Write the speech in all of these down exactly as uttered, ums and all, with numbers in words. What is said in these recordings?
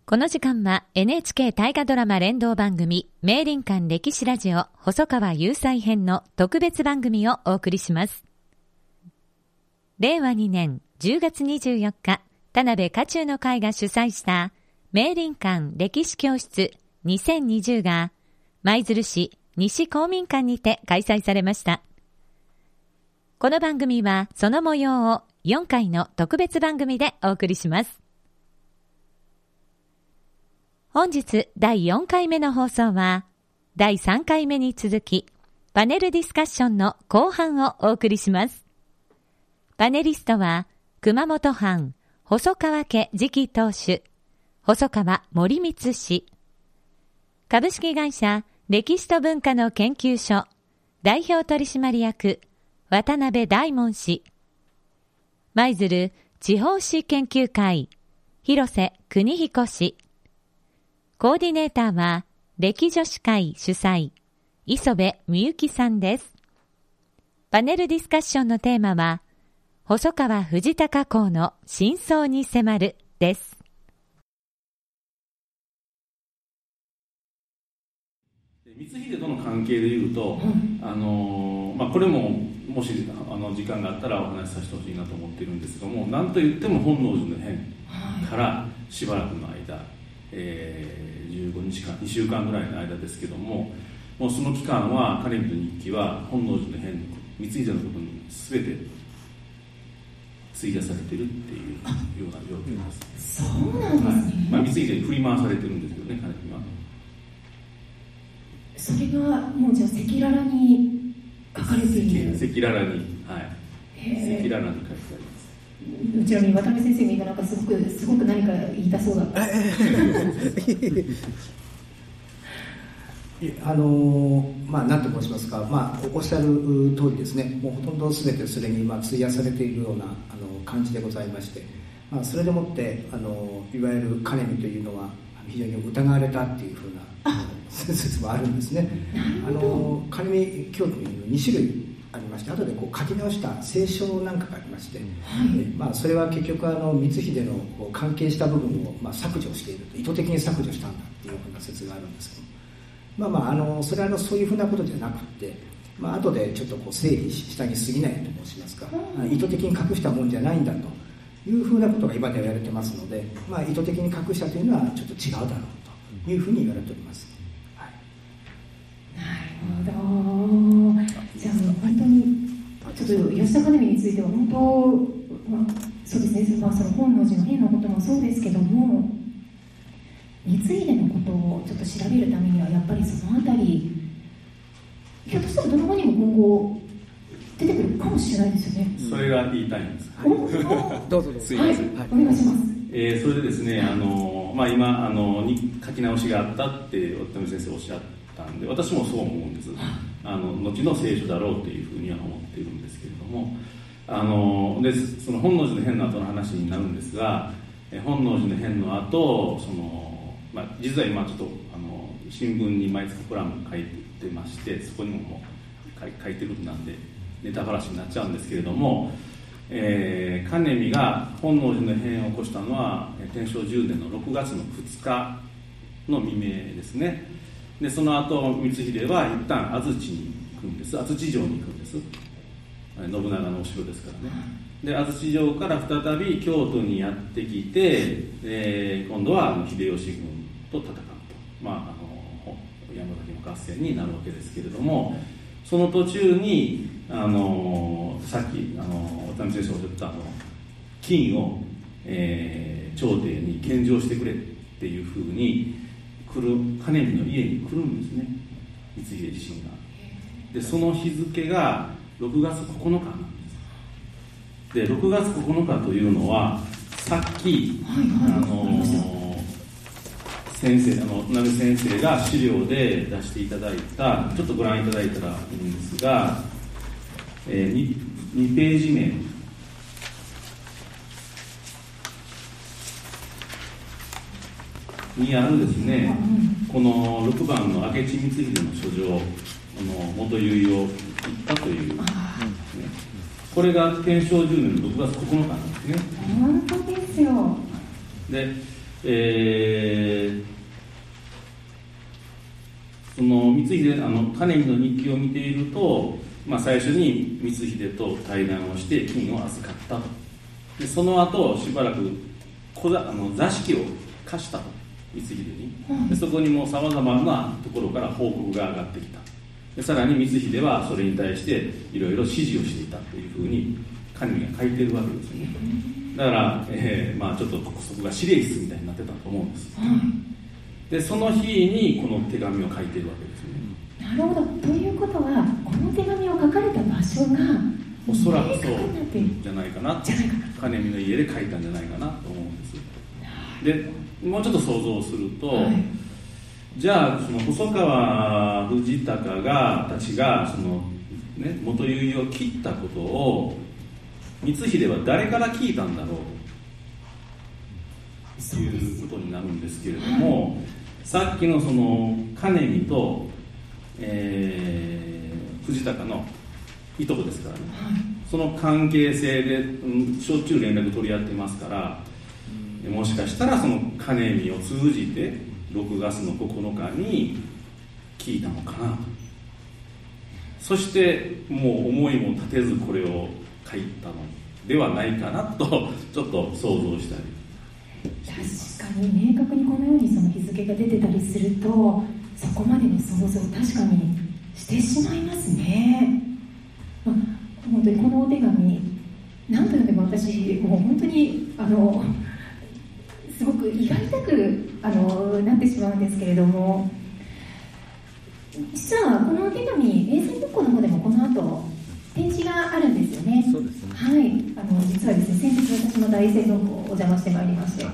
この時間は エヌエイチケー 大河ドラマ連動番組名林間歴史ラジオ細川雄斎編の特別番組をお送りします。れいわにねんじゅうがつにじゅうよっか、田辺家中の会が主催した名林間歴史教室にせんにじゅうが舞鶴市西公民館にて開催されました。この番組はその模様をよんかいの特別番組でお送りします。本日だいよんかいめの放送はだいさんかいめに続きパネルディスカッションの後半をお送りします。パネリストは熊本藩細川家次期当主細川森光氏、株式会社歴史と文化の研究所代表取締役渡辺大門氏、舞鶴地方史研究会広瀬邦彦氏、コーディネーターは歴女子会主催磯部美幸さんです。パネルディスカッションのテーマは細川藤孝公の真相に迫るです。 光秀との関係でいうと、うん、あのまあ、これももしあの時間があったらお話しさせてほしいなと思っているんですけども、何と言っても本能寺の変からしばらくの間、えー、じゅうごにちかんにしゅうかんぐらいの間ですけども、もうその期間は彼女の日記は本能寺の変、光秀のことに全て費やされているっていうような状況です。 そうなんですね。はい、 まあ、光秀に振り回されてるんですけどね、彼には。 それがもうじゃあ赤裸々に書かれている。 赤裸々に、はい、赤裸々に書いてあります。 うちらに渡辺先生が今なんかすごくすごく何か言いたそうだった。 あのまあ何と申しますか、まあおっしゃる通りですね、もうほとんどすべてそれにまあ費やされているようなあの感じでございまして、まあ、それでもってあのいわゆる金見というのは非常に疑われたっていうふうな説もあるんですね。あの金見教訓ににしゅるいありまして、後でこう書き直した聖書なんかがありまして、はい、まあ、それは結局あの光秀のこう関係した部分をまあ削除していると、意図的に削除したんだっていうふうな説があるんですけど、まあまあ、あのそれはあのそういうふうなことじゃなくて、まあ後でちょっとこう整理したに過ぎないと申しますか、うん、意図的に隠したもんじゃないんだというふうなことが今では言われてますので、まあ、意図的に隠したというのはちょっと違うだろうというふうに言われております。はい、 なるほど。じゃあ本当にちょっと吉田金見については本当、まあ、そうですね、まあ、その本能寺の変のこともそうですけども、光秀のことをちょっと調べるためにはやっぱりそのあたり、ひょっとしたらドラマにも今後出てくるかもしれないですよね。 それが言いたいんです。 どうぞどうぞ。 すいません。 はい、お願いします。 えー、それでですね、あのまあ、今あのに書き直しがあったって渡辺先生おっしゃったんで、私もそう思うんです。あの後の聖書だろうというふうには思っているんですけれども、あのでその本能寺の変の後の話になるんですが、本能寺の変の後、その、まあ、実は今ちょっとあの新聞に毎月コラム書いてまして、そこにももう 書, 書いてるんなんでネタばらしになっちゃうんですけれども、えー、金見が本能寺の変を起こしたのは天正じゅうねんのろくがつのふつかの未明ですね。でその後光秀は一旦安土に行くんです。安土城に行くんです。信長のお城ですからね。で安土城から再び京都にやってきて、えー、今度は秀吉軍と戦うと、まあ、あの山崎の合戦になるわけですけれども、その途中にあのさっきあの渡辺先生がおっしゃったあの金を、えー、朝廷に献上してくれっていうふうに来る金見の家に来るんですね、光秀自身が。でその日付がろくがつここのかなんです。でろくがつここのかというのはさっき、はいはい、あの先生あの鍋先生が資料で出していただいた、ちょっとご覧いただいたらいいんですが、えー、2, にページ目にあるですね、このろくばんの明智光秀の書状、あの元結を言ったという、ね、これが天正じゅうねんのろくがつここのかなんですね。 本当ですよ。 で、 えー、その光秀あの種見の日記を見ていると、まあ、最初に光秀と対談をして金を預かったと。でその後しばらく小座あの座敷を貸したと、光秀に。でそこにもさまざまなところから報告が上がってきた。でさらに光秀はそれに対していろいろ指示をしていたというふうに金見が書いているわけですね。だから、えーまあ、ちょっとそこが司令室みたいになってたと思うんです。でその日にこの手紙を書いているわけですね。 なるほど。ということはこの手紙を書かれた場所がおそらくそうじゃないかな、金見の家で書いたんじゃないかなと思うんです。でもうちょっと想像すると、はい、じゃあその細川藤孝がたちがその、ね、元結を切ったことを光秀は誰から聞いたんだろうということになるんですけれども、はい、さっきのその金見と、えー、藤孝のいとこですからね、はい、その関係性で、うん、しょっちゅう連絡取り合ってますから、うん、もしかしたらその金見を通じてろくがつのここのかに聞いたのかなと。そしてもう思いも立てずこれを書いたのではないかなとちょっと想像したりし確かに明確にこのようにその日付が出てたりするとそこまでの想像を確かにしてしまいますね。まあ、本当にこのお手紙何と読んでも私もう本当にあのすごく意外たくあのなってしまうんですけれども、実はこのお手紙英泉文庫の方でもこの後展示があるんですよね。 そうですね。 はい、あの実はですね、先日私も大英文庫お邪魔してまいりまして、はい、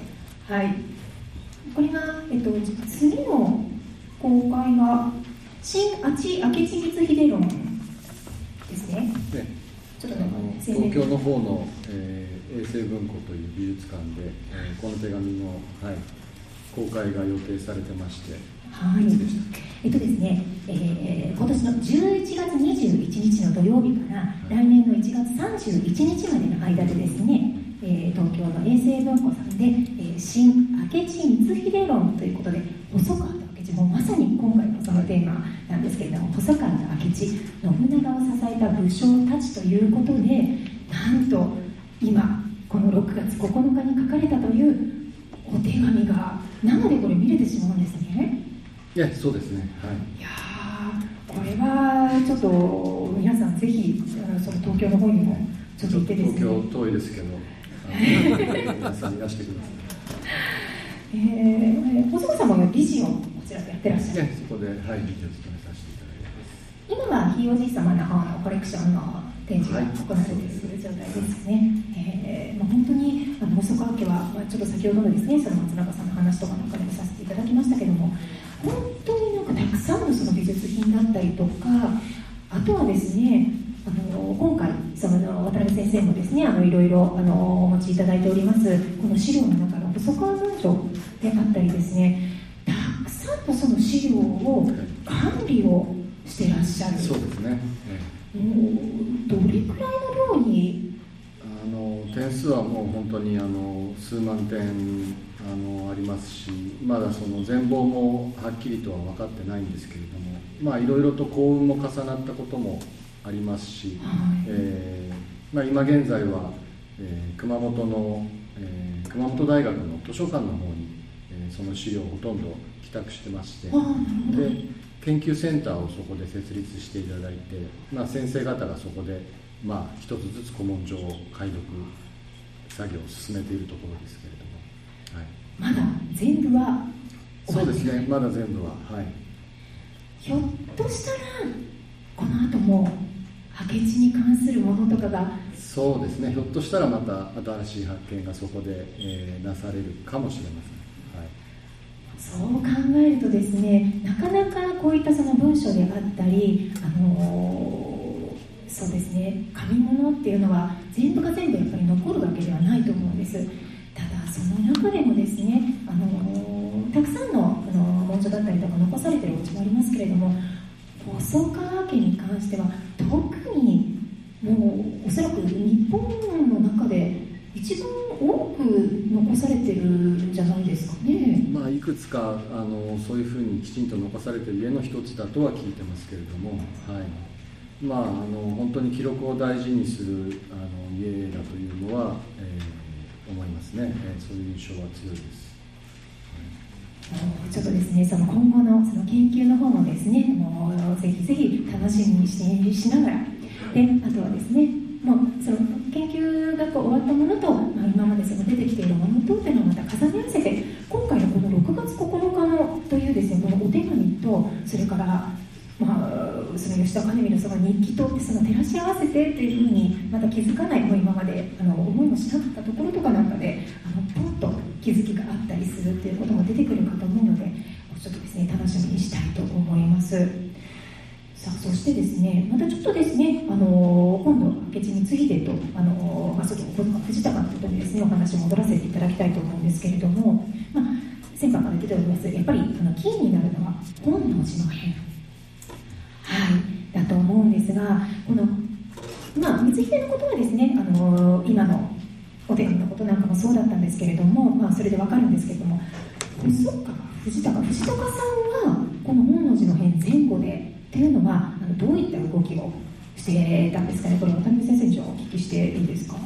これが、えっと、次の公開が新明智光秀論ですね。 ね、 ちょっとね、 東京の方の、えー、英政文庫という美術館で、えー、この手紙の、はい、公開が予定されてまして、 はい、えっとですね、えー、今年のじゅういちがつにじゅういちにちの土曜日から来年のいちがつさんじゅういちにちまでの間でですね、えー、東京の英政文庫さんで、えー、新明智光秀論ということで、細川と明智、もうまさに今回のそのテーマなんですけれども、細川と明智、信長を支えた武将たちということで、なんと今このろくがつここのかに書かれたというお手紙が生でこれ見れてしまうんですね。 いや、そうですね、はい、 いやこれはちょっと皆さんぜひその東京の方にもちょっと行ってですね、 東京遠いですけど皆さんいらしてください。えー、細川さんも理事をこちらでやってらっしゃる、 ね、そこで、はい、理事を務めさせていただいてます。 今はひいおじい様の方のコレクションの展示が行われている状態ですね。えーまあ、本当にあの細川家は、まあ、ちょっと先ほどのですね、その松永さんの話とかなんかでもさせていただきましたけども、本当になんかたくさんのその美術品だったりとか、あとはですね、あの今回その渡辺先生もですね、あのいろいろあのお持ちいただいておりますこの資料の中の細川文書であったりですね、たくさんのその資料を管理をしてらっしゃる。 そうですね、 うん、どれくらいの量にあの点数はもう本当にあの数万点あのありますし、まだその全貌もはっきりとは分かってないんですけれども、まあいろいろと幸運も重なったこともありますし、はいえーまあ、今現在は、えー、熊本の、えー、熊本大学の図書館の方に、えー、その資料をほとんど寄託してまして、で研究センターをそこで設立していただいて、まあ、先生方がそこで、まあ、一つずつ古文書を解読作業を進めているところですけれども、はい、 まだ全部はそうですね、まだ全部は、はい、 ひょっとしたらこの後も明智に関するものとかが、 そうですね、ひょっとしたらまた新しい発見がそこで、えー、なされるかもしれません、はい、 そう考えるとですね、なかなかこういったその文章であったり、あのー、そうですね、紙物っていうのは全部が全部やっぱり残るわけではないと思うんです。ただその中でもですね、あのー、たくさんの、あのー、文書だったりとか残されているお家もありますけれども、細川家に関しては特にもうおそらく日本の中で一番多く残されてるんじゃないですかね。 あ、いくつかあのそういうふうにきちんと残されている家の一つだとは聞いてますけれども、はい、まあ、あの本当に記録を大事にするあの家だというのは、えー、思いますね、えー、そういう印象は強いです。 ちょっとですね、その今後のその研究の方もですね、もうぜひぜひ楽しみにし、しながら、で、あとはですね、もうその研究がこう終わったものと、まあ、今までその出てきているものとっていうのをまた重ね合わせて、今回のこのろくがつここのかのというですね、このお手紙と、それから、まあ、その吉田兼美のその日記とってその照らし合わせてっていうふうにまた気づかない、もう今まであの思いもしなかったところとかなんかで、あのポンと気づきがあったりするっていうことも出てくるかと思うので、ちょっとですね、楽しみにしたいと思います。さあ、そしてですね、またちょっとですね、あの今度明智光秀とあの、まあ、ちょっと藤高のことにですね、お話を戻らせていただきたいと思うんですけれども、まあ、先般から出ております、やっぱりあのキーになるのは本能寺の変、はい、だと思うんですが、この、まあ、光秀のことはですね、あの今のお手紙のことなんかもそうだったんですけれども、まあ、それでわかるんですけれども、細川藤高藤高さんはこの本能寺の変前後でっていうのはあのどういった動きをしてたんですかね。これ渡辺先生にお聞きしていいですか。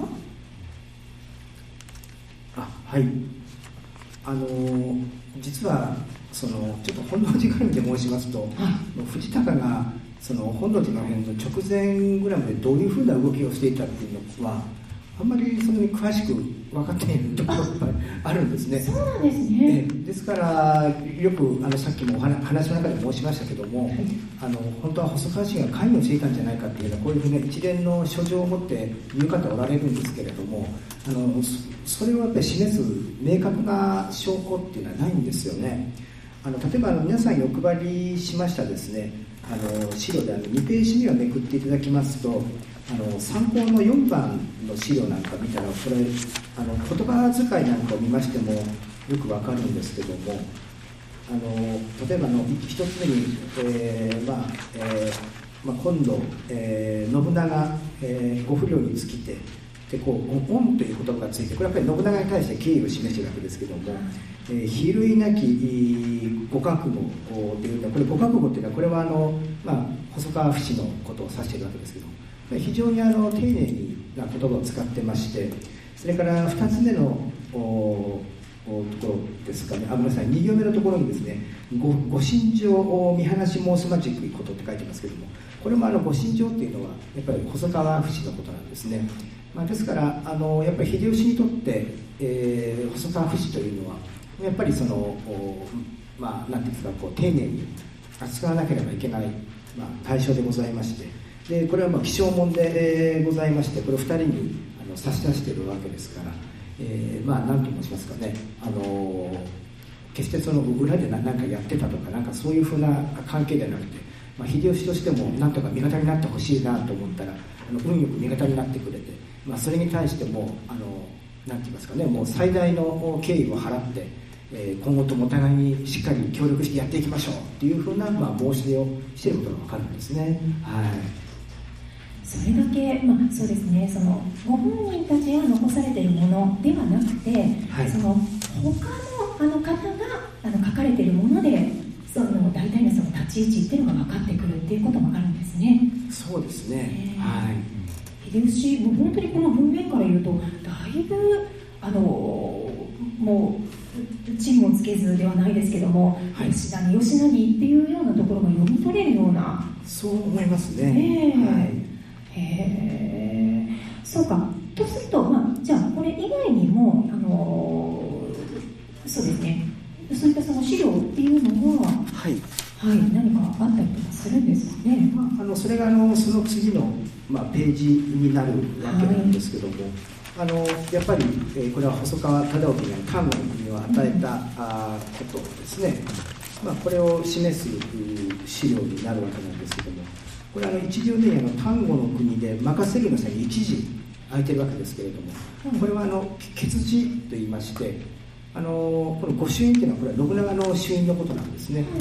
あ、はい。あの実はそのちょっと本能寺絡みで申しますと、はい、藤高がその本能寺の変の直前ぐらいまでどういうふうな動きをしていたっていうのはあんまりそんなに詳しく分かっているところがあるんですね。 そうなんですね。 ですからよくあのさっきもお話の中で申しましたけども、はい、あの本当は細川氏が関与していたんじゃないかっていうのはこういうふうな一連の書状を持って言う方おられるんですけれども、あのそれをやっぱり示す明確な証拠っていうのはないんですよね。あの例えばあの皆さんにお配りしましたですね、あの資料であのにページ目をめくっていただきますと、あの参考のよんばんの資料なんか見たら、これあの言葉遣いなんかを見ましてもよくわかるんですけども、あの例えばの一つ目に、えーまあえーまあ、今度、えー、信長、えー、ご不良に尽きてでこう恩という言葉がついて、これはやっぱり信長に対して敬意を示しているわけですけども、えー、比類なきご覚悟というのは、これご覚悟というのはこれはあの、まあ、細川節のことを指しているわけですけども、非常にあの丁寧な言葉を使ってまして、それからふたつめのおおところですかね、あ、ごめんなさい、に行目のところにですね、ごご心情を見放し申すまじくことって書いてますけども、これもあのご心情っていうのはやっぱり細川節のことなんですね。まあ、ですからあのやっぱり秀吉にとって、えー、細川節というのはやっぱりそのまあなんていうんですか、こう丁寧に扱わなければいけない、まあ、対象でございまして。でこれはまあ希少問でございまして、これをふたりにあの差し出しているわけですから、えー、まあ何と申しますかね、あの決してその裏で何かやってたとかなんかそういうふうな関係ではなくて、まあ、秀吉としても何とか味方になってほしいなと思ったら、あの運よく味方になってくれて、まあ、それに対してもあの何て言いますかね、もう最大の敬意を払って、えー、今後ともお互いにしっかり協力してやっていきましょうっていうふうな、まあ、申し出をしていることが分かるんですね。はい。 それだけ、まあ、そうですね、そのご本人たちが残されているものではなくて、はい、その他のあの方があの書かれているもので、その大体のその立ち位置っていうのが分かってくるっていうこともあるんですね。 そうですね、 えー、 はい。 秀吉、もう本当にこの文面から言うと、だいぶあのもうチームをつけずではないですけども、はい、吉田に吉田にっていうようなところが読み取れるような、 そう思いますね。 ねえ、 はい、 へー、そうか。とすると、まあ、じゃあこれ以外にも、あのー、そうですね、そういったその資料っていうのは、はいはい、何かあったりとかするんですかね。 まあ、あのそれがあのその次の、まあ、ページになるわけなんですけども、はい、あのやっぱり、えー、これは細川忠興が漢の国を与えた、うん、あことですね、まあ、これを示す資料になるわけなんですけども、これはあの一行目にあの丹後の国で任せるの際に一時空いてるわけですけれども、うん、これはあの欠字といいまして、あのこの御朱印というのはこれは信長の朱印のことなんですね、うん、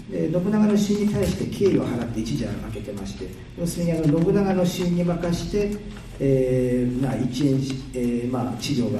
で信長の朱印に対して敬意を払って一時空けてまして、要するにあの信長の朱印に任して、えーまあ、一円、えーまあ、治療が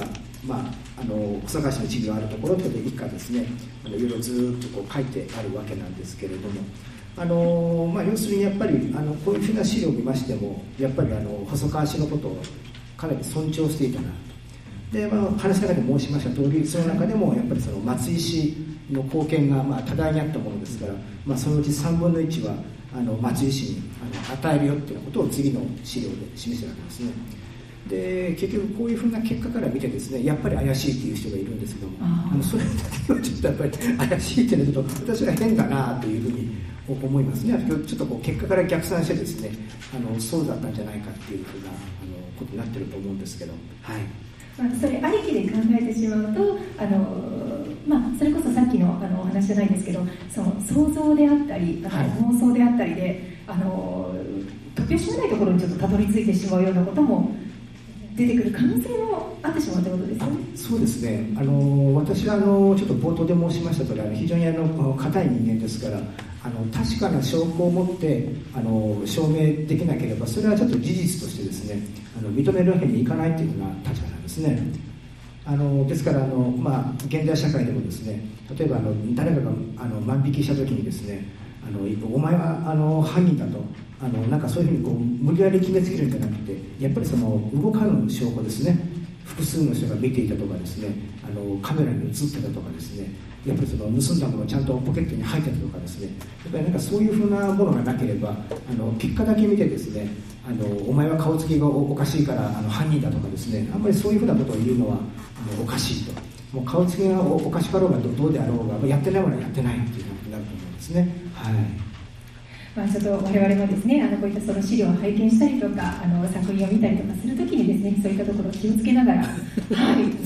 まあ、あの細川氏の地位があるところという以下ですね、あのいろいろずっとこう書いてあるわけなんですけれども、あのまあ、要するにやっぱりあのこういうふうな資料を見ましても、やっぱりあの細川氏のことをかなり尊重していたなと。で、まあ、話の中で申しました通り、その中でもやっぱりその松井氏の貢献がまあ多大にあったものですから、まあ、そのうちさんぶんのいちはあの松井氏にあの与えるよっていうことを次の資料で示してるわけですね。で、結局こういうふうな結果から見てですね、やっぱり怪しいという人がいるんですけども、ああのそれだけはちょっとやっぱり怪しいっていうのはちょっと私は変だなというふうに思いますね。ちょっとこう結果から逆算してですね、あのそうだったんじゃないかっていうふうなあのことになってると思うんですけど、はい。 まあ、それありきで考えてしまうと、あの、まあ、それこそさっきのあのお話じゃないですけど、その想像であったり、あの、はい、妄想であったりで、あの突拍子もないところにちょっとたどり着いてしまうようなことも出てくる可能性もあってしまうということですよね。 そうですね。あの私はあのちょっと冒頭で申しましたとおり、あの非常にあの硬い人間ですから、あの確かな証拠を持ってあの証明できなければ、それはちょっと事実としてですね、あの認めるわけにいかないというような立場なんですね。あのですからあの、まあ、現代社会でもですね、例えばあの誰かがあの万引きしたときにですね、あのお前はあの犯人だと、あのなんかそういうふうにこう無理やり決めつけるんじゃなくて、やっぱりその動かぬ証拠ですね、複数の人が見ていたとかですね、あのカメラに映ってたとかですね、やっぱりその盗んだものをちゃんとポケットに入ってたとかですね、やっぱりなんかそういうふうなものがなければ、あの結果だけ見てですね、あのお前は顔つきがおかしいからあの犯人だとかですね、あんまりそういうふうなことを言うのはあのおかしいと。もう顔つきがおかしかろうがどうであろうが、やってないものはやってないっていうことになると思うんですね。はい。 まあ、ちょっと我々もですね、あのこういったその資料を拝見したりとか、あの作品を見たりとかするときにですね、そういったところを気をつけながら、はい、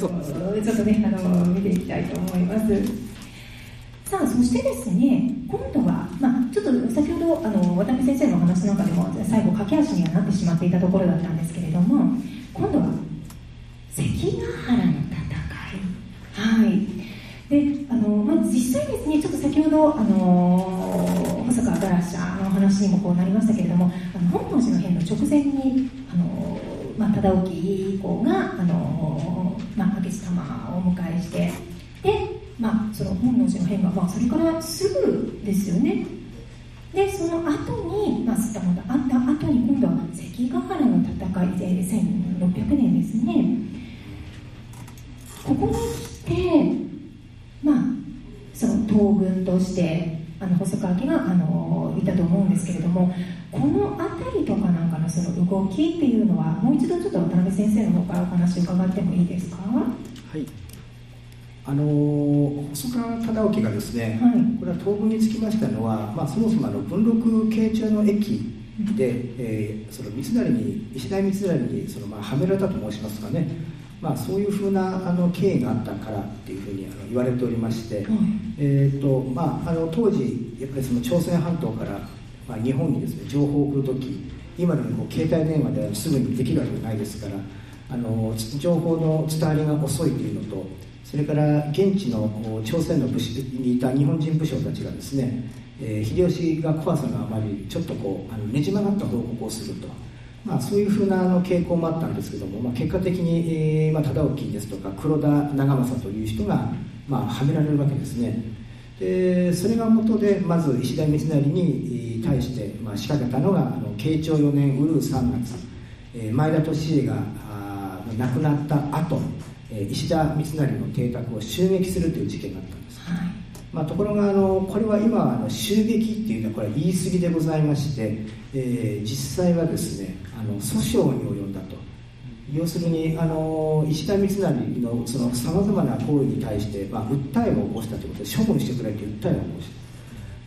そうちょっとね、あの見ていきたいと思います。さあ、そしてですね、今度は、まあ、ちょっと先ほどあの渡辺先生のお話の中でも最後駆け足にはなってしまっていたところだったんですけれども、今度は関ヶ原の戦い。はい。で、あのまあ、実際ですね、ちょっと先ほどあの細川ガラシャの話にもこうなりましたけれども、あの本能寺の変の直前にあの、まあ、忠興公があの、まあ、明智様をお迎えして、で、まあ、その本能寺の変が、まあ、それからすぐですよね。で、その後に、まあ、吸ったものがあった後に、今度は関ヶ原の戦いでせんろっぴゃくねんですね。ここに来て、まあ、その東軍としてあの細川家があのいたと思うんですけれども、この辺りとかなんかのその動きっていうのは、もう一度ちょっと渡辺先生の方からお話伺ってもいいですか。 はい。あの細川忠興がですね、はい、これは東軍につきましたのは、まあ、そもそもあの文禄慶中の駅で、うん、えー、その三成に石田三成にその、まあ、はめられたと申しますかね。まあ、そういうふうなあの経緯があったからっていうふうにあの言われておりまして、うん、えーとまあ、あの当時やっぱりその朝鮮半島から、まあ、日本にですね情報を送るとき、今のようにこう携帯電話ではすぐにできるわけじゃないですから、あの情報の伝わりが遅いというのと、それから現地の朝鮮の武士にいた日本人武将たちがですね、えー、秀吉が怖さのあまりちょっとこうあのねじ曲がった報告をすると。まあ、そういうふうなあの傾向もあったんですけども、まあ、結果的に、えーまあ、忠興ですとか黒田長政という人が、まあ、はめられるわけですね。でそれが元でまず石田三成に対して、まあ、仕掛けたのがあの慶長よねん閏さんがつ、えー、前田利家があ亡くなった後、えー、石田三成の邸宅を襲撃するという事件があったんです、はい。まあ、ところがあのこれは今はあの襲撃っていうのはこれは言い過ぎでございまして、えー、実際はですねあの訴訟に及んだと。要するにあの石田三成のさまざまな行為に対して、まあ、訴えを起こしたということで処分してくれという訴えを起こした、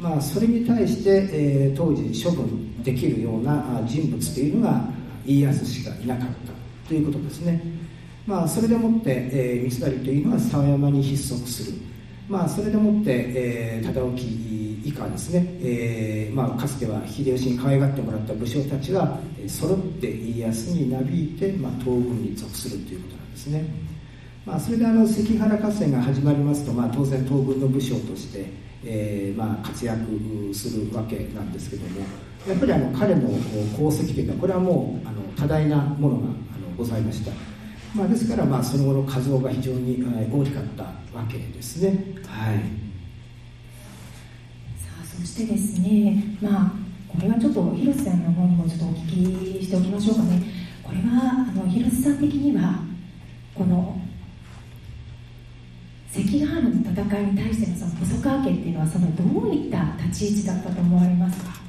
まあ、それに対して、えー、当時処分できるような人物というのが家康しかいなかったということですね。まあ、それでもって、えー、三成というのは沢山に筆足する。まあ、それでもって、えー、忠興以下ですね、えーまあ、かつては秀吉に可愛がってもらった武将たちが揃って家康になびいて、まあ、東軍に属するということなんですね。まあ、それであの関ヶ原合戦が始まりますと、まあ、当然東軍の武将として、えーまあ、活躍するわけなんですけども、やっぱりあの彼の功績というのはこれはもうあの多大なものがあのございました。 まあ、ですから、まあ、その後の活動が非常に大きかったわけですね。はい。 さあ、そしてですね、まあ、これはちょっと広瀬さんの方にもちょっとお聞きしておきましょうかね。これはあの広瀬さん的にはこの関ヶ原の戦いに対してのその細川家っていうのはそのどういった立ち位置だったと思われますか？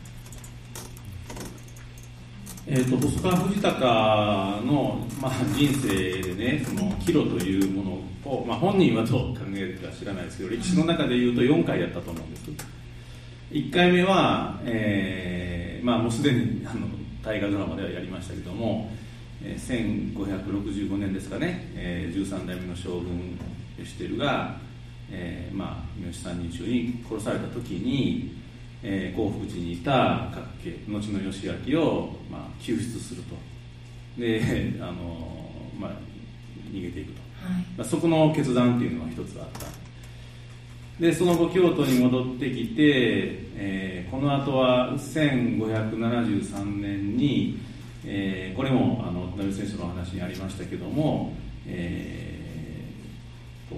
えー、と細川藤孝の、まあ、人生でね、その岐路というものを、まあ、本人はどう考えるか知らないですけど、歴史の中でいうとよんかいやったと思うんです。いっかいめは、えーまあ、もうすでにあの大河ドラマではやりましたけども、えー、せんごひゃくろくじゅうごねんですかね、えー、じゅうさんだいめの将軍義輝が、えーまあ、三好三人衆に殺された時に、えー、興福寺にいた角家後の義明を、まあ、救出すると。で、あのまあ、逃げていくと、はい、まあ、そこの決断っていうのは一つあった。でその後京都に戻ってきて、えー、この後はせんごひゃくななじゅうさんねんに、えー、これもあの渡辺先生のお話にありましたけども、えーと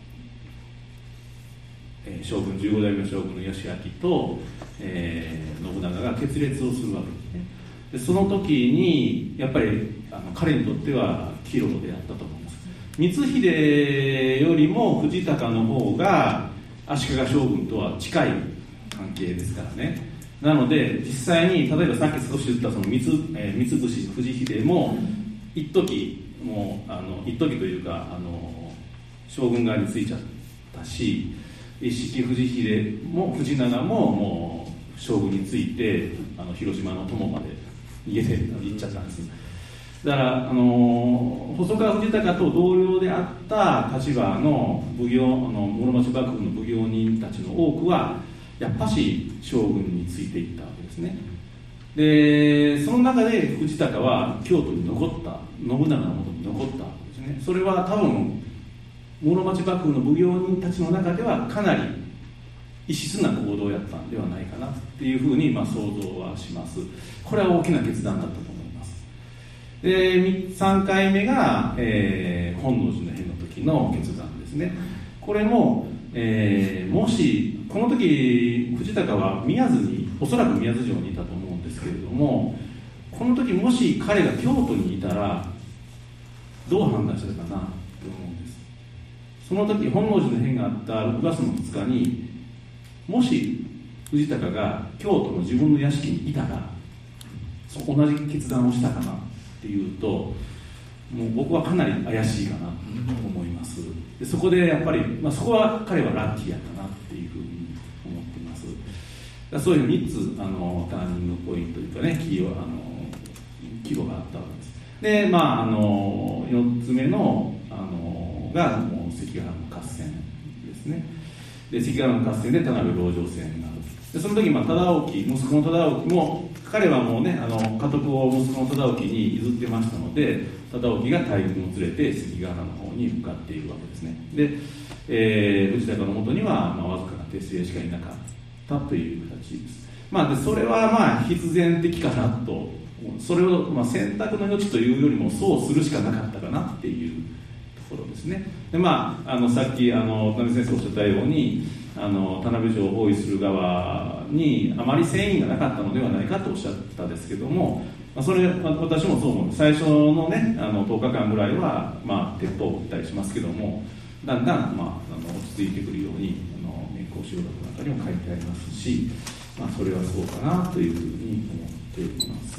えー、将軍じゅうごだいめ将軍の義明と、えー、信長が決裂をするわけですね。でその時にやっぱりあの彼にとっては岐路であったと思います。光秀よりも藤孝の方が足利将軍とは近い関係ですからね。なので実際に例えばさっき少し言ったその 三, えー、三菱藤秀も一時もうあの一時というかあの将軍側についちゃったし、一色藤秀も藤長ももう将軍についてあの広島の友まで逃げて行っちゃったんです。だから、あの細川藤孝と同僚であった立場の奉行、あの室町幕府の奉行人たちの多くはやっぱし将軍についていったわけですね。でその中で藤孝は京都に残った、信長のもとに残ったわけですね。それは多分室町幕府の奉行人たちの中ではかなり異質な行動をやったんではないかなっていうふうにまあ想像はします。これは大きな決断だったと思います。でさんかいめが、えー、本能寺の変の時の決断ですね。これも、えー、もしこの時藤孝は宮津におそらく宮津城にいたと思うんですけれども、この時もし彼が京都にいたらどう判断したかなと思うんです。その時本能寺の変があったろくがつのふつかにもし藤孝が京都の自分の屋敷にいたら同じ決断をしたかなっていうと、もう僕はかなり怪しいかなと思います。でそこでやっぱり、まあ、そこは彼はラッキーやったなっていうふうに思っています。だそういうみっつあのターニングポイントというかね、キーはあの岐路があったわけです。で、まあ、あのよっつめのあのがもう関ヶ原の合戦ですね。で関ヶ原の合戦で田辺籠城戦がある。でその時、まあ、忠興息子の忠興も彼はもうねあの家督を息子の忠興に譲ってましたので、忠興が大軍を連れて関ヶ原の方に向かっているわけですね。で、えー、藤孝のもとには、まあ、わずかな手勢しかいなかったという形です。まあ、でそれはまあ必然的かなと、それを、まあ、選択の余地というよりもそうするしかなかったかなっていうところですね。で、まあ、あのさっきあの渡辺先生おっしゃったようにあの田辺城を包囲する側にあまり戦意がなかったのではないかとおっしゃったですけども、まあ、それ私もそう思う。最初のねあのとおかかんぐらいは、まあ、鉄砲を撃ったりしますけども、だんだん、まあ、あの落ち着いてくるようにあの年功序録の中にも書いてありますし、まあ、それはそうかなというふうに思っています。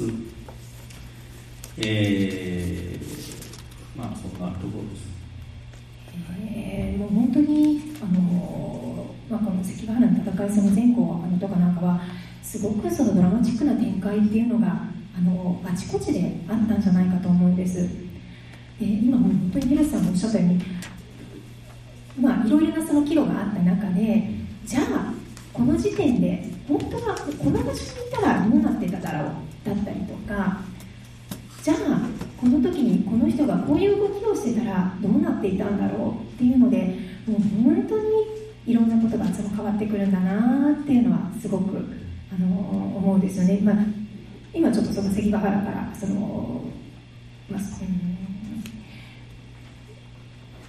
えー、まあそんなところです。 えー、もう本当にあの、まあ、この関ヶ原の戦い、その前後あのとかなんかはすごくそのドラマチックな展開っていうのがあのあちこちであったんじゃないかと思うんです。で今本当に広瀬さんがおっしゃったように、まあ、いろいろなその岐路があった中で、じゃあこの時点で本当はこの場所にいたらどうなってただろうだったりとか、じゃあこの時にこの人がこういう動きをしてたらどうなっていたんだろうっていうので、もう本当にいろんなことがその変わってくるんだなっていうのはすごくあの思うんですよね。まあ、今ちょっとその関ヶ原からその、まあ、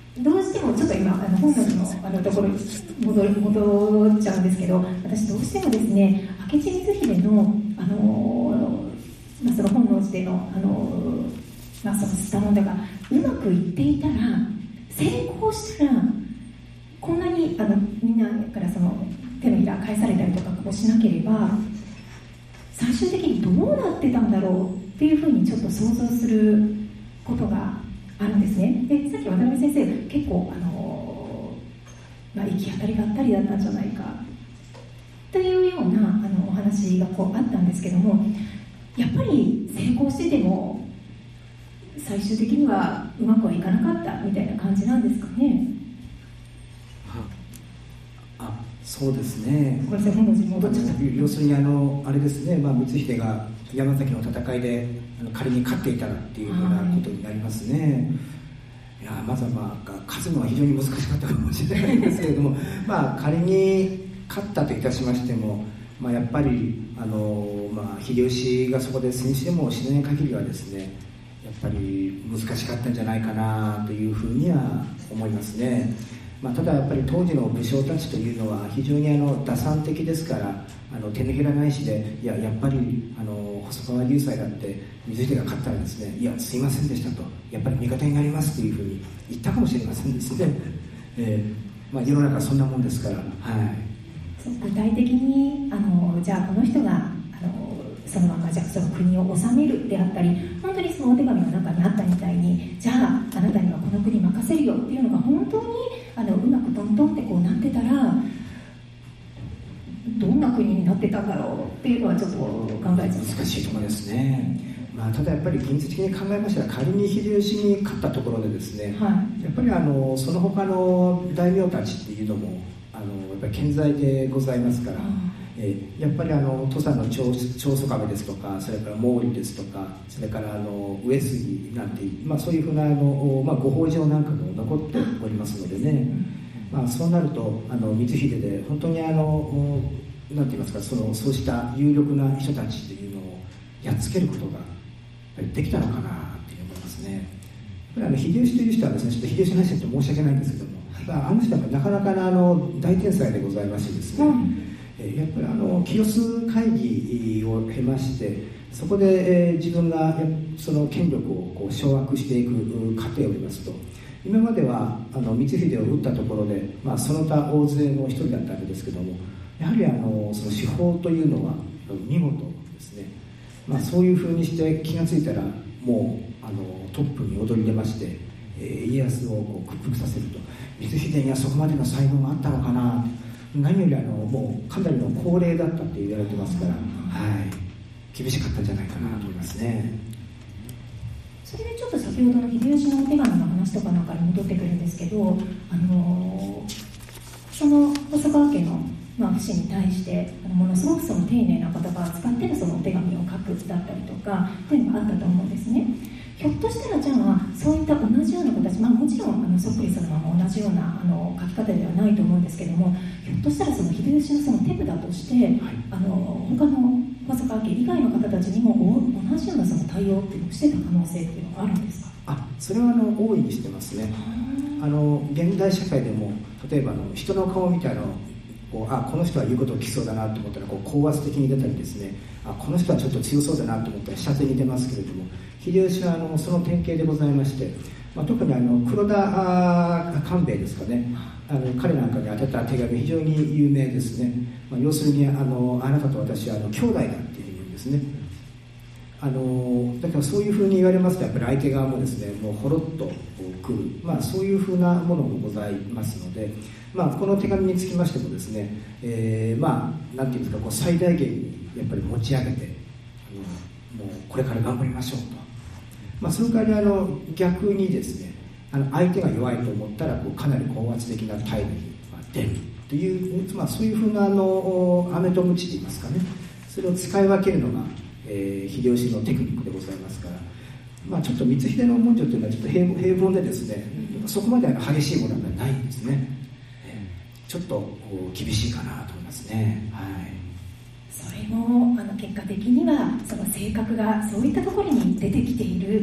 どうしてもちょっと今あの本能のあのところに戻る戻っちゃうんですけど、私どうしてもですね、明智光秀のあの、まあ、その本能寺でのあの、まあ、そのスタモンダがうまくいっていたら、成功したらこんなにあのみんなからその手のひら返されたりとかこうしなければ、最終的にどうなってたんだろうっていうふうにちょっと想像することがあるんですね。で、さっき渡辺先生結構あの、まあ、行き当たりばったりだったんじゃないかというようなあのお話がこうあったんですけども、やっぱり成功してても最終的にはうまくはいかなかったみたいな感じなんですかね。 あ、そうですね。 ごめんなさい、本能寺に戻っちゃった。 要するにあのあれですね、まあ、光秀が山崎の戦いであの仮に勝っていたらっていうようなことになりますね。はい、いやまずは、まあ、勝つのは非常に難しかったかもしれないんですけれどもまあ仮に勝ったといたしましても、まあ、やっぱりあの、まあ、秀吉がそこで戦死でもしない限りはですね、やっぱり難しかったんじゃないかなというふうには思いますね。まあ、ただやっぱり当時の武将たちというのは非常にあの打算的ですから、あの手のひら返しで、いややっぱりあの細川雄斎だって光秀が勝ったらですね、いやすいませんでしたと、やっぱり味方になりますというふうに言ったかもしれませんですね。えーまあ、世の中はそんなもんですから、はい、 具体的にあのじゃあこの人があのそのままじゃあその国を治めるであったり、本当にそのお手紙の中にあったみたいに、じゃああなたにはこの国任せるよっていうのが本当にあのうまくトントンってこうなってたら、どんな国になってたんだろうっていうのはちょっと考えちゃう。難しいところですね。まあ、ただやっぱり現実的に考えましたら、仮に秀吉に勝ったところでですね、はい、やっぱりあのその他の大名たちっていうのもあのやっぱり健在でございますから、えー、やっぱりあの土佐の長宗我部ですとか、それから毛利ですとか、それからあの上杉なんていう、まあ、そういうふうなあの、まあ、ご北条なんかも残っておりますのでね、まあ、そうなるとあの光秀で本当にあのなんて言いますか、そのそうした有力な人たちというのをやっつけることができたのかなと思いますね。やっぱりあの秀吉という人はですね、ちょっと秀吉の話って申し訳ないんですけども、あの人はなかなかのあの大天才でございましてですね、うん、やっぱりあの清須会議を経まして、そこで、えー、自分がその権力をこう掌握していく過程を見ますと、今まではあの光秀を撃ったところで、まあ、その他大勢の一人だったわけですけども、やはりあのその手法というのは見事ですね。まあ、そういうふうにして気がついたらもうあのトップに躍り出まして、えー、家康をこう屈服させると。光秀にはそこまでの才能があったのかな、何よりあのもうかなりの高齢だったって言われてますから、はい、厳しかったんじゃないかなと思いますね。 それでちょっと先ほどの秀吉のお手紙の話とかなんかに戻ってくるんですけど、あのその細川家のまあ、不死に対してものすごくその丁寧な言葉を使ってのそのお手紙を書くだったりとかというのがあったと思うんですね。ひょっとしたらじゃあそういった同じような形、まあ、もちろんあのそっくりそのまま同じようなあの書き方ではないと思うんですけども、ひょっとしたらその秀吉のその手札として、はい、あの他の細川家以外の方たちにも同じようなその対応っていうのをしてた可能性っていうのがあるんですか？ あ、それはあの大いにしてますね。あの現代社会でも例えばあの人の顔みたいなのこうあこの人は言うことを聞きそうだなと思ったらこう高圧的に出たりですね、あこの人はちょっと強そうだなと思ったら下手に出ますけれども、秀吉はあのその典型でございまして、まあ、特にあの黒田官兵衛ですかね、あの彼なんかに宛てた手紙非常に有名ですね。まあ、要するにあのあなたと私はあの兄弟だっていう意味ですね。あのだからそういうふうに言われますと、やっぱり相手側もですねもうほろっと来る、まあ、そういうふうなものもございますので、まあ、この手紙につきましてもですね、えー、まあなんていうんですか、こう最大限にやっぱり持ち上げて、あのもうこれから頑張りましょうと、まあ、その代わりあの逆にですね、あの相手が弱いと思ったらこうかなり高圧的な態度に出るという、まあ、そういうふうなあの飴と鞭といいますかね、それを使い分けるのがえー、秀吉のテクニックでございますから、まあ、ちょっと光秀の文書というのはちょっと 平, 平凡でですね、そこまで激しいものはないんですね。ちょっと厳しいかなと思いますね。はい、 それもあの結果的にはその性格がそういったところに出てきている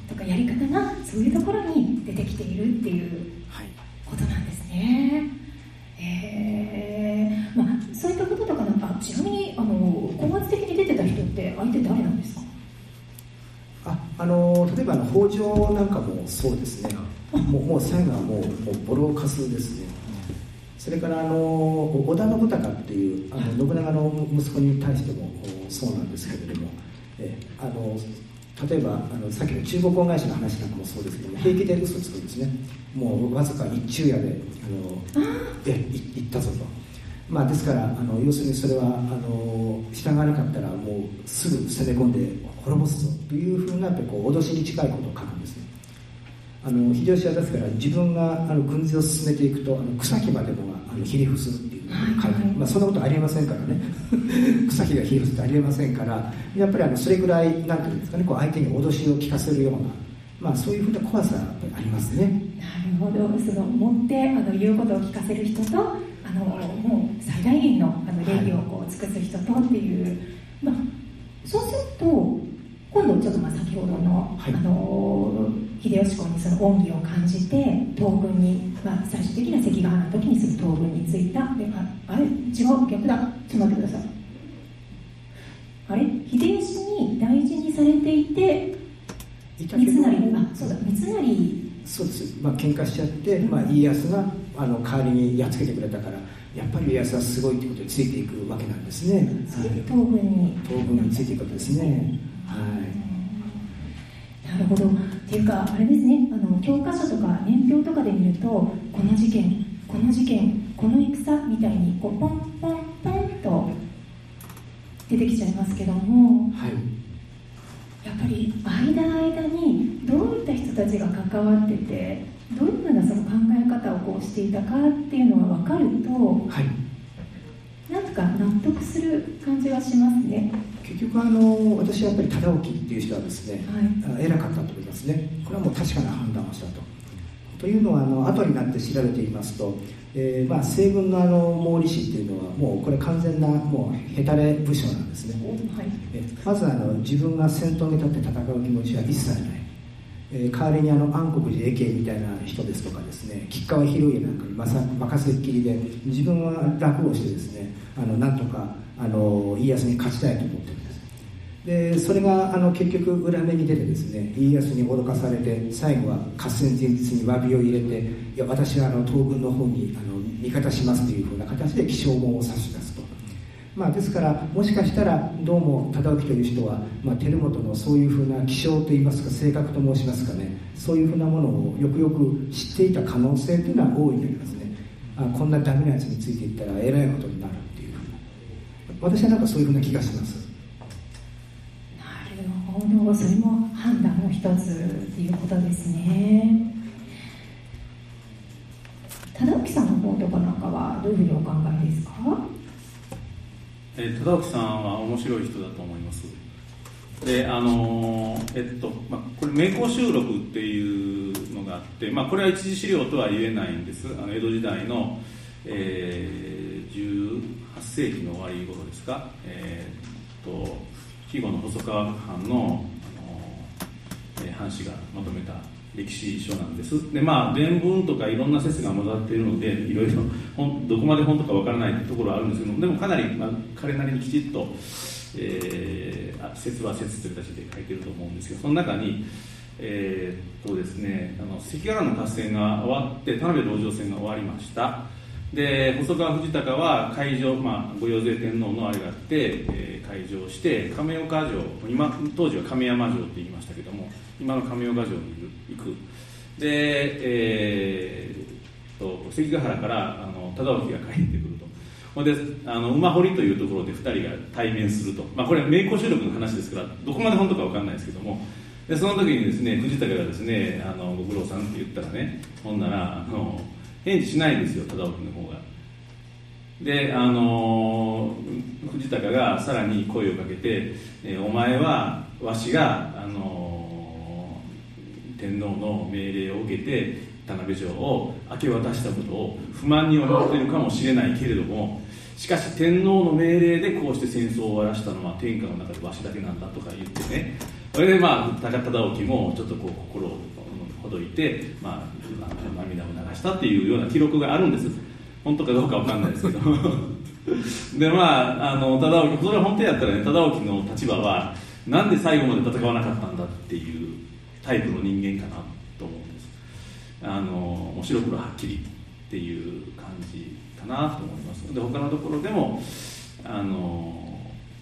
とかやり方がそういうところに出てきているっていうことなんですね。えーまあ、そういったこととかなんか、ちなみにあの高圧的に出てた人って相手誰なんですか？ ああの例えばあの北条なんかもそうですね。もう、もう最後はもう、もうボロカスですね。それからあの織田信孝っていうあの信長の息子に対してもそうなんですけれども、えあの例えばあのさっきの中国恩返しの話なんかもそうですけども、平気で嘘つくんですね。もうわずか一昼夜であのえ行ったぞと。まあ、ですからあの要するにそれはあの従わなかったらもうすぐ攻め込んで滅ぼすぞというふうなやっぱりこう脅しに近いことを書くんですね。あの秀吉はですから自分があの軍事を進めていくとあの草木までもがあのひれ伏すっていうのを書いて、まあ、そんなことありえませんからね草木がひれ伏すってありえませんから、やっぱりあのそれぐらいなんていうんですかね、こう相手に脅しを聞かせるような、まあ、そういうふうな怖さがありますね。 なるほど。その持ってあの言うことを聞かせる人と、あのもう最大限のあの礼儀をこう尽くす人とっていう、はい、まあ、そうすると今度ちょっとまあ先ほどの、はい、あの秀吉公にその恩義を感じて東軍に、まあ、最終的な関ヶ原の時にその東軍に着いた。で、あ、あれ違う、逆だ、ちょっと待ってください。あれ秀吉に大事にされていて三成、あ、そうだ、三成、 そうです、まあ喧嘩しちゃって、まあ、家康があの代わりにやっつけてくれたから、やっぱり家康はすごいということについていくわけなんですね。 それで東軍に東軍についていくわけですね。はい、 なるほど。っていうかあれですね、あの教科書とか年表とかで見ると、この事件、この事件、この戦みたいにこうポンポンポンと出てきちゃいますけども、 はい、 やっぱり間間にどういった人たちが関わってて、どういうふうなその考え方をこうしていたかっていうのが分かると、 はい、 なんか納得する感じがしますね。 結局あの私はやっぱり忠興っていう人はですね、 はい、 偉かったと思いますね。これはもう確かな判断をしたと。というのはあの後になって調べていますと、えーまあ、西軍のあの毛利氏っていうのはもうこれ完全なもうヘタレ武将なんですね。 はい、 えまずあの自分が先頭に立って戦う気持ちは一切ない。えー、代わりにあの安国寺永慶みたいな人ですとかですね、吉川広家なんかに任せっきりで、自分は楽をしてですね、あのなんとかあの家康に勝ちたいと思ってるんです。でそれがあの結局裏目に出てですね、家康に脅かされて、最後は合戦前日に詫びを入れて、いや私はあの東軍の方にあの味方しますというふうな形で起請文を差し出すと。まあ、ですからもしかしたらどうも忠興という人は、まあ、輝元のそういうふうな気性といいますか性格と申しますかね、そういうふうなものをよくよく知っていた可能性というのは大いにありますね。あこんなダメなやつについていったらえらいことになるっていうふうな、私はなんかそういうふうな気がします。 なるほど、それも判断の一つということですね。忠興さんの方とかなんかはどういうふうにお考えですか？ えー、忠興さんは面白い人だと思います。であのーえっとまあ、これ名工収録っていうのがあって、まあ、これは一次資料とは言えないんです。あの江戸時代の、えー、じゅうはっせいきの終わり頃ですか、えー、っと肥後の細川藩の、あのーえー、藩士がまとめた歴史書なんです。でまあ伝聞とかいろんな説が混ざっているので、いろいろどこまで本とかわからないところはあるんですけども、でもかなり、まあ、彼なりにきちっと、えー、説は説という形で書いていると思うんですけど、その中にえー、っとですねあの関ヶ原の合戦が終わって田辺道場戦が終わりました。で細川藤孝は海上、まあ、御用税天皇のあれがあって、えー、海上して亀岡城、今当時は亀山城って言いましたけども、今の亀岡城に行く。で、えー、と関ヶ原からあの忠興が帰ってくると。ほんであの馬堀というところでふたりが対面すると、まあ、これは名工収録の話ですからどこまで本当か分かんないですけども、でその時にですね藤孝がですねあのご苦労さんって言ったらね、ほんならあの返事しないんですよ、忠興の方が。であの藤孝がさらに声をかけて、えー、お前はわしがあの天皇の命令を受けて田辺城を明け渡したことを不満に思っているかもしれないけれども、しかし天皇の命令でこうして戦争を終わらしたのは天下の中でわしだけなんだとか言ってね、 それでまあ高田直樹もちょっとこう心をほどいて、まあ、涙を流したっていうような記録があるんです。本当かどうかわかんないですけどでまああの忠興、それは本当やったらね、忠興の立場はなんで最後まで戦わなかったんだっていうタイプの人間かなと思うんです。あのもう白黒はっきりっていう感じかなと思います。で他のところでもあの、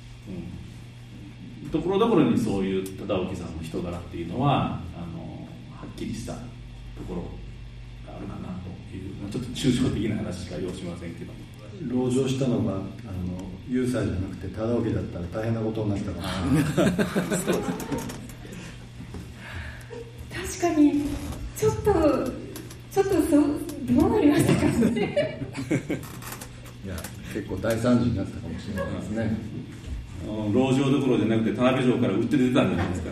うん、ところどころにそういう忠興さんの人柄っていうのはあのはっきりしたところがあるかなという、ちょっと抽象的な話しか要しませんけど、 籠城したのがあの有妻じゃなくて忠興だったら大変なことになったかもしれない確かにちょっとちょっとそうどうなりましたかねいや結構大惨事になったかもしれないですね。 籠城どころじゃなくて田辺城から売って出てたんじゃないですかね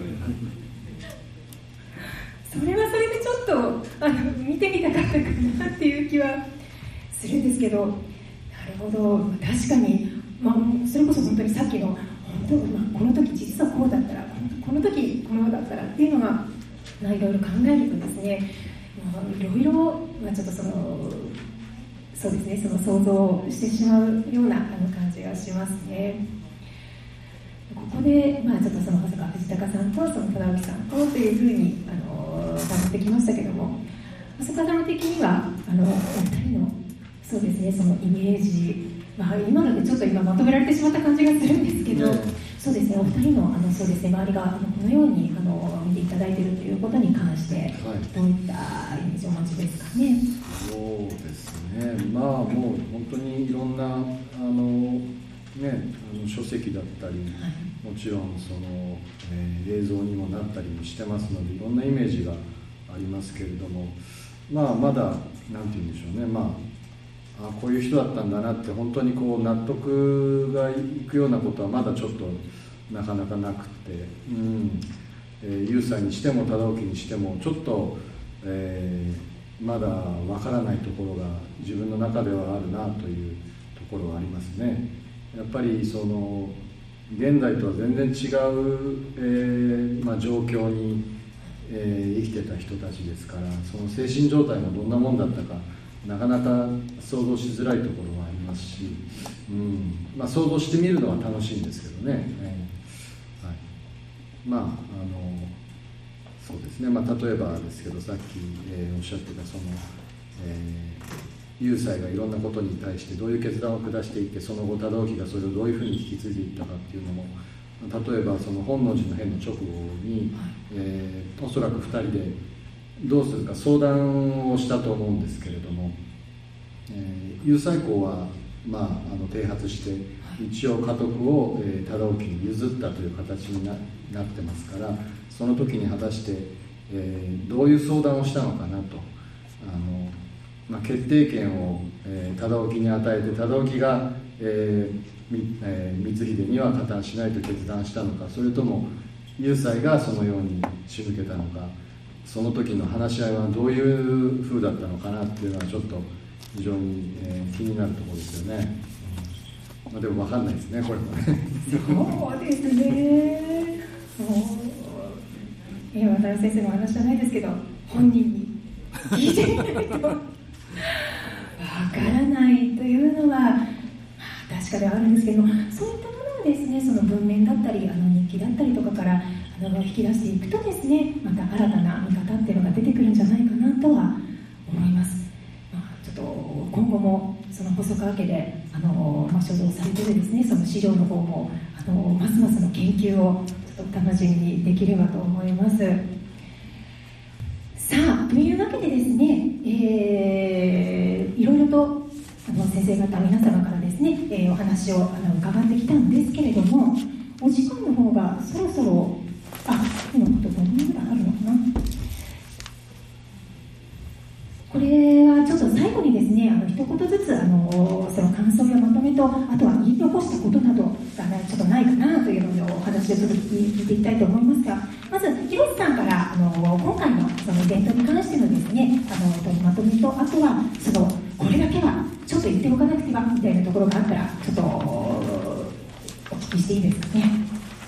それはそれでちょっとあの見てみたかったかなっていう気はするんですけど、なるほど、確かに、まあ、それこそ本当にさっきの本当、まあ、この時実はこうだったらこの時このだったらっていうのが、まあ、いろいろ考えるとですね、まあ、いろいろ、まあ、ちょっとそのそうですね、その想像してしまうようなあの感じがしますね。ここで、まあ、ちょっとその細川藤孝さんとその忠興さんとというふうにあの伺ってきましたけども、細川さん的にはあのお二人のそうですね、そのイメージ、まあ、今のでちょっと今まとめられてしまった感じがするんですけど、ね、そうですね、お二人のあのそうですね、周りがあのこのようにあの見ていただいているということに関して、はい、どういったイメージをお持ちですかね。 そうですね、まあもう本当にいろんなあのね、あの書籍だったり、はい、もちろんその、えー、映像にもなったりもしてますので、いろんなイメージがありますけれども、まあまだなんて言うんでしょうね、まあ、あこういう人だったんだなって本当にこう納得がいくようなことはまだちょっとなかなかなくて、うんえー、有妻にしても忠興にしてもちょっと、えー、まだわからないところが自分の中ではあるなというところはありますね。やっぱりその現代とは全然違う、えーまあ、状況に、えー、生きてた人たちですから、その精神状態もどんなもんだったかなかなか想像しづらいところはありますし、うんまあ、想像してみるのは楽しいんですけどね、えーはい、まああのそうですね、まあ、例えばですけどさっき、えー、おっしゃってたその、えー有妻がいろんなことに対してどういう決断を下していって、その後忠興がそれをどういうふうに引き継いでいったかっていうのも、例えばその本能寺の変の直後に、えー、おそらくふたりでどうするか相談をしたと思うんですけれども、えー、有妻公は、まあ、あの剃髪して一応家督を、えー、忠興に譲ったという形に な, なってますから、その時に果たして、えー、どういう相談をしたのかなと。あのまあ、決定権を、えー、忠興に与えて忠興が、えーえー、光秀には加担しないと決断したのか、それとも有妻がそのように仕向けたのか、その時の話し合いはどういう風だったのかなっていうのはちょっと非常に、えー、気になるところですよね、うんまあ、でも分かんないですね、これもねそうですね、今渡辺先生の話じゃないですけど、本人に聞いてみないとわからないというのは、まあ、確かではあるんですけども、そういったものをですね、その文面だったりあの日記だったりとかからあの引き出していくとですね、また新たな見方っていうのが出てくるんじゃないかなとは思います。まあ、ちょっと今後もその細川家であの、まあ、所蔵されているですね、その資料の方もあのますますの研究をちょっと楽しみにできればと思います。さあ、というわけでですね、えー、いろいろとあの先生方皆様からですね、えー、お話をあの伺ってきたんですけれども、お時間の方がそろそろ、あ、今ことごふんぐらいあるのかな。これはちょっと最後にですね、あの一言ずつあのその感想やまとめと、あとは言い残したことなどが、ね、ちょっとないかなというのをお話でちょっと聞いていきたいと思いますが、まず広瀬さんからあの今回のそのイベントに関してのですね、あの取りまとめと、あとはそのこれだけはちょっと言っておかなくてはみたいなところがあったらちょっとお聞きしていいですかね。 い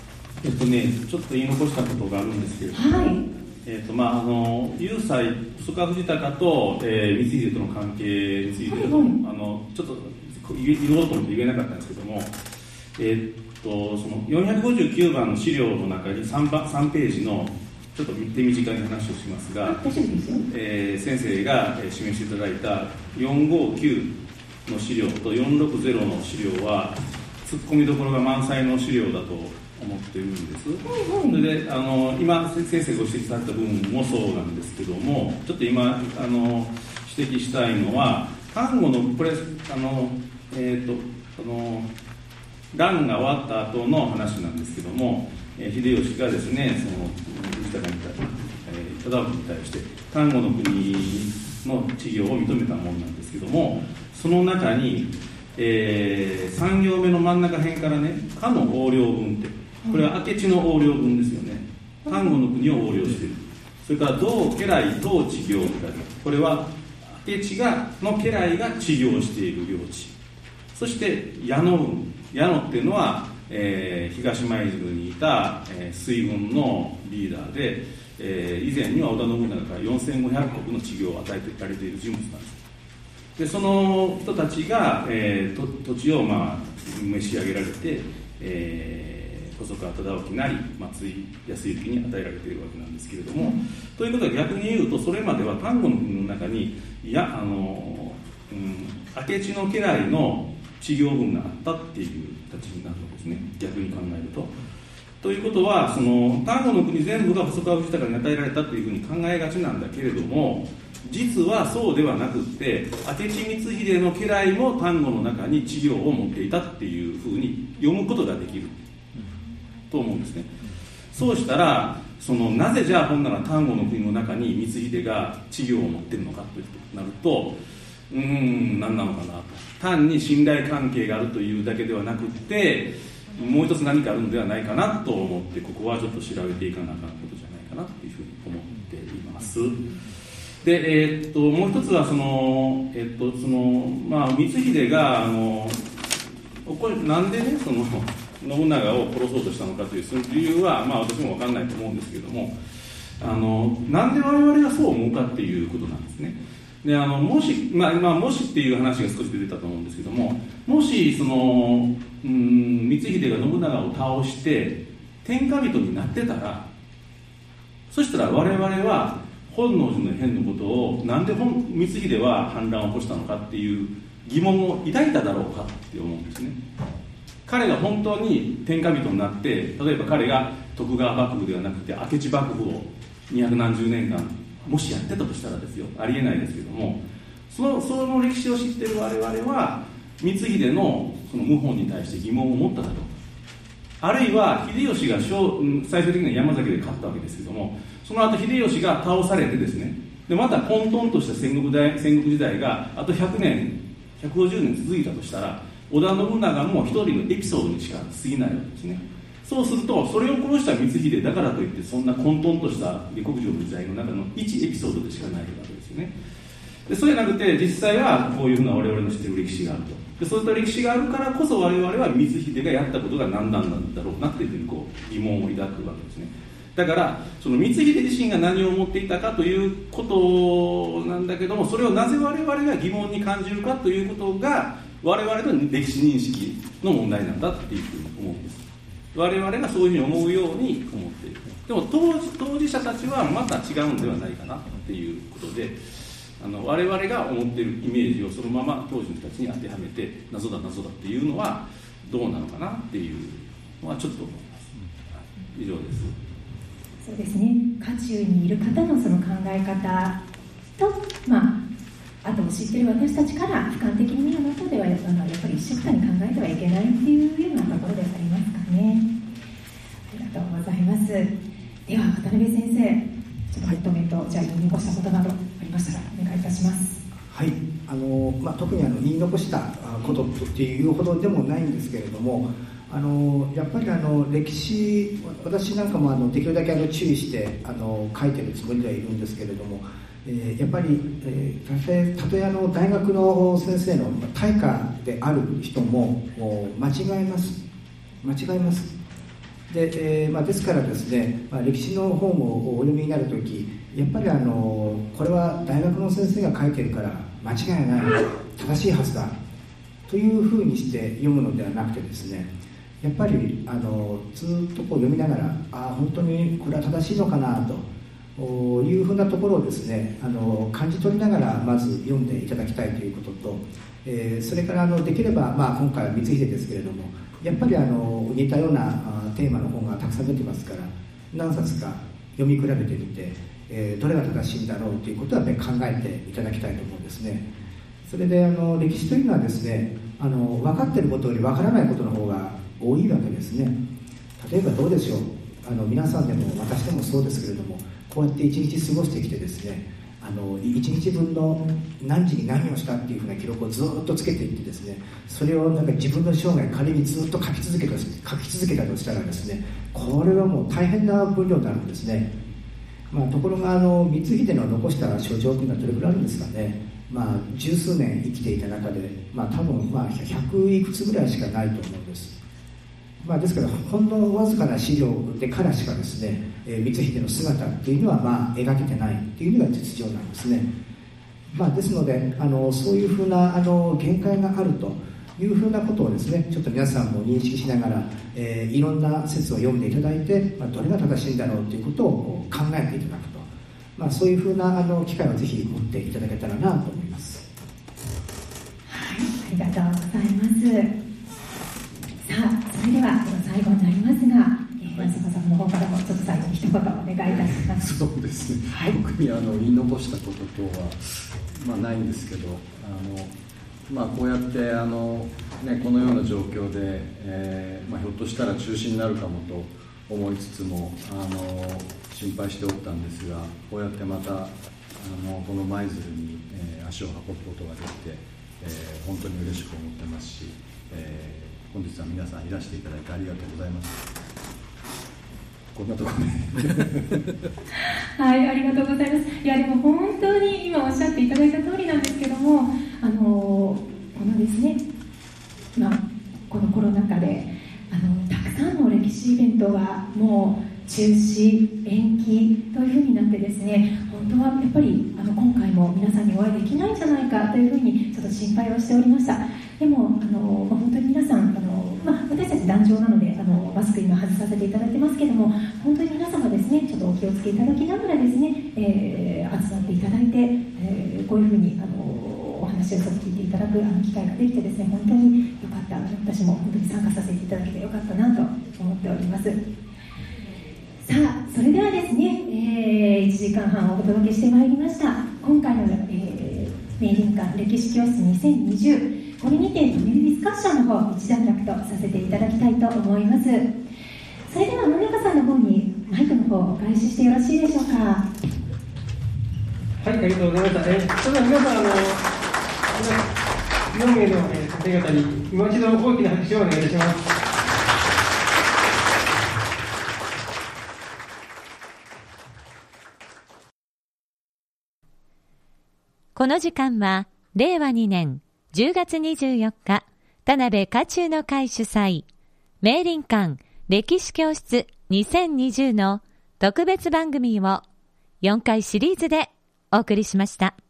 えっとね、ちょっと言い残したことがあるんですけれども、 はい、 えっとまあ、あの有斎細川藤孝と、えー、光秀との関係について、はいはい、あのちょっと言おうと思って言えなかったんですけども、えー、っとそのよんひゃくごじゅうきゅうばんの資料の中に 3, ばさんページのちょっと手短に話をしますが、えー、先生が示していただいたよんごきゅうの資料とよんろくゼロの資料は突っ込みどころが満載の資料だと思っているんです。それであの今先生がご指摘された部分もそうなんですけども、ちょっと今あの指摘したいのは丹後のこれあのえっ、ー、とあの乱が終わった後の話なんですけども、えー、秀吉がですねその藤孝に対して、えー、忠興に対して丹後の国の地業を認めたものなんですけども、その中に、えー、さん行目の真ん中辺からね「かの横領分」ってこれは明智の横領分ですよね。丹後の国を横領している。それから同家来当地業って書いてある。これは明智がの家来が地業している領地。そして矢野軍、矢野っていうのは、えー、東舞鶴にいた、えー、水軍のリーダーで、えー、以前には織田信長からよんせんごひゃくこくの地業を与えてられている人物なんです。でその人たちが、えー、と土地を、まあ、召し上げられて、えー細川忠興なり松井康之に与えられているわけなんですけれども、うん、ということは逆に言うとそれまでは丹後の国の中にいやあの、うん、明智の家来の地業分があったっていう形になるわけですね、逆に考えると。ということはその丹後の国全部が細川藤孝に与えられたというふうに考えがちなんだけれども、実はそうではなくって明智光秀の家来も丹後の中に地業を持っていたっていうふうに読むことができると思うんですね。そうしたらそのなぜじゃあほんなら丹後の国の中に光秀が地業を持っているのかとなると、うーん何なのかなと、単に信頼関係があるというだけではなくってもう一つ何かあるのではないかなと思って、ここはちょっと調べていかなあかんことじゃないかなというふうに思っています。で、えー、っともう一つはその、えー、っとそのまあ光秀があのこれなんでねその信長を殺そうとしたのかというその理由は、まあ、私も分かんないと思うんですけれども、あのなんで我々がそう思うかっていうことなんですね。であのもし、まあまあ、もしっていう話が少し出てたと思うんですけども、もしそのうん光秀が信長を倒して天下人になってたら、そしたら我々は本能寺の変のことをなんで本光秀は反乱を起こしたのかっていう疑問を抱いただろうかって思うんですね。彼が本当に天下人になって、例えば彼が徳川幕府ではなくて明智幕府をにひゃくなんじゅうねんかんもしやってたとしたらですよ、ありえないですけども、そのその歴史を知っている我々は光秀のその謀反に対して疑問を持っただろうか、あるいは秀吉が最終的には山崎で勝ったわけですけども、その後秀吉が倒されてですね、でまた混沌とした戦国代戦国時代があとひゃくねんひゃくごじゅうねん続いたとしたら、織田信長も一人のエピソードにしか過ぎないわけですね。そうするとそれを殺した光秀だからといってそんな混沌とした下克上の時代の中の一エピソードでしかないわけですよね。でそうじゃなくて実際はこういうふうな我々の知っている歴史があると。でそういった歴史があるからこそ我々は光秀がやったことが何なんだろうなっていうふうにこう疑問を抱くわけですね。だからその光秀自身が何を思っていたかということなんだけども、それをなぜ我々が疑問に感じるかということが我々の歴史認識の問題なんだっていうふうに思うんです。我々がそういうふうに思うように思っている。でも当時、当事者たちはまた違うんではないかなっていうことで、あの我々が思っているイメージをそのまま当時の人たちに当てはめて謎だ謎だっていうのはどうなのかなっていうのはちょっと思います。以上です。 そうですね、渦中にいる方のその考え方と、まああと知っている私たちから俯瞰的に見るのとではやっぱり一緒くたに考えてはいけないっていうようなところでありますかね。ありがとうございます。では渡辺先生、ちょっとまとめと、じゃあ言い残したことなどありましたらお願いいたします。 はい、あのまあ、特にあの言い残したことっていうほどでもないんですけれども、あのやっぱりあの歴史、私なんかもあのできるだけあの注意してあの書いてるつもりではいるんですけれども、えー、やっぱり、えー、たとえあの大学の先生の対価である人も間違えます間違えますで、えーまあ、ですからですね、まあ、歴史の本をお読みになるとき、やっぱりあのこれは大学の先生が書いてるから間違いない、正しいはずだというふうにして読むのではなくてですね、やっぱりあのずっとこう読みながら、ああ本当にこれは正しいのかなというふうなところをですね、あの感じ取りながらまず読んでいただきたいということと、えー、それからあのできれば、まあ、今回は光秀ですけれども、やっぱりあの似たようなテーマの本がたくさん出てますから、何冊か読み比べてみて、えー、どれが正しいんだろうということはやっぱり考えていただきたいと思うんですね。それであの歴史というのはですね、あの分かっていることより分からないことの方が多いわけですね。例えばどうでしょう、あの皆さんでも私でもそうですけれども、こうやって一日過ごしてきてですね、あのいちにちぶんの何時に何をしたっていうふうな記録をずっとつけていってですね、それをなんか自分の生涯仮にずっと書き続けた書き続けたとしたらですね、これはもう大変な分量になるんですね。まあ、ところがあの光秀の残した書状というのはどれくらいあるんですかね。まあ、十数年生きていた中で、まあ、多分まあひゃくいくつぐらいしかないと思うんです。まあ、ですからほんのわずかな資料でからしかですね、えー、光秀の姿っていうのはまあ描けてないっていうのが実情なんですね。まあ、ですのであのそういうふうなあの限界があるというふうなことをですね、ちょっと皆さんも認識しながら、えー、いろんな説を読んでいただいて、まあ、どれが正しいんだろうということを考えていただくと、まあ、そういうふうなあの機会をぜひ持っていただけたらなと思います。 はい、ありがとうございます。さあ、それでは最後になりますが、えー、安間さんの方からもちょっと最後に一言お願いいたします。 そうですね、はい、特にあの言い残したこととは、まあ、ないんですけど、あの、まあ、こうやってあの、ね、このような状況で、えーまあ、ひょっとしたら中止になるかもと思いつつもあの心配しておったんですが、こうやってまたあのこの舞鶴に、えー、足を運ぶことができて、えー、本当に嬉しく思ってますし、えー本日は皆さんいらしていただいてありがとうございます。こんなところではい、ありがとうございます。いやでも本当に今おっしゃっていただいた通りなんですけども、あのこのですね、まあ、このコロナ禍であのたくさんの歴史イベントがもう中止延期というふうになってですね、本当はやっぱりあの今回も皆さんにお会いできないんじゃないかというふうにちょっと心配をしておりました。でもあの本当に皆さんあの、まあ、私たち壇上なのであのマスク今外させていただいてますけども、本当に皆様ですね、ちょっとお気をつけいただきながらですね、えー、集まっていただいて、えー、こういうふうにあのお話を聞いていただくあの機会ができてですね、本当に良かった。私も本当に参加させていただけて良かったなと思っております。さあ、それではですね、えー、いちじかんはんお届けしてまいりました。今回の、えー、明倫館歴史教室にせんにじゅう、これにてパネルディスカッションの方一段落とさせていただきたいと思います。それでは野中さんの方にマイクの方をお返ししてよろしいでしょうか。はい、ありがとうございました。えー、それでは皆さん、あのよんめいの、えー、先生方に今一度大きな拍手をお願いいたします。 この時間はれいわにねんじゅうがつにじゅうよっか田辺家中の会主催明倫館歴史教室にせんにじゅうの特別番組をよんかいシリーズでお送りしました。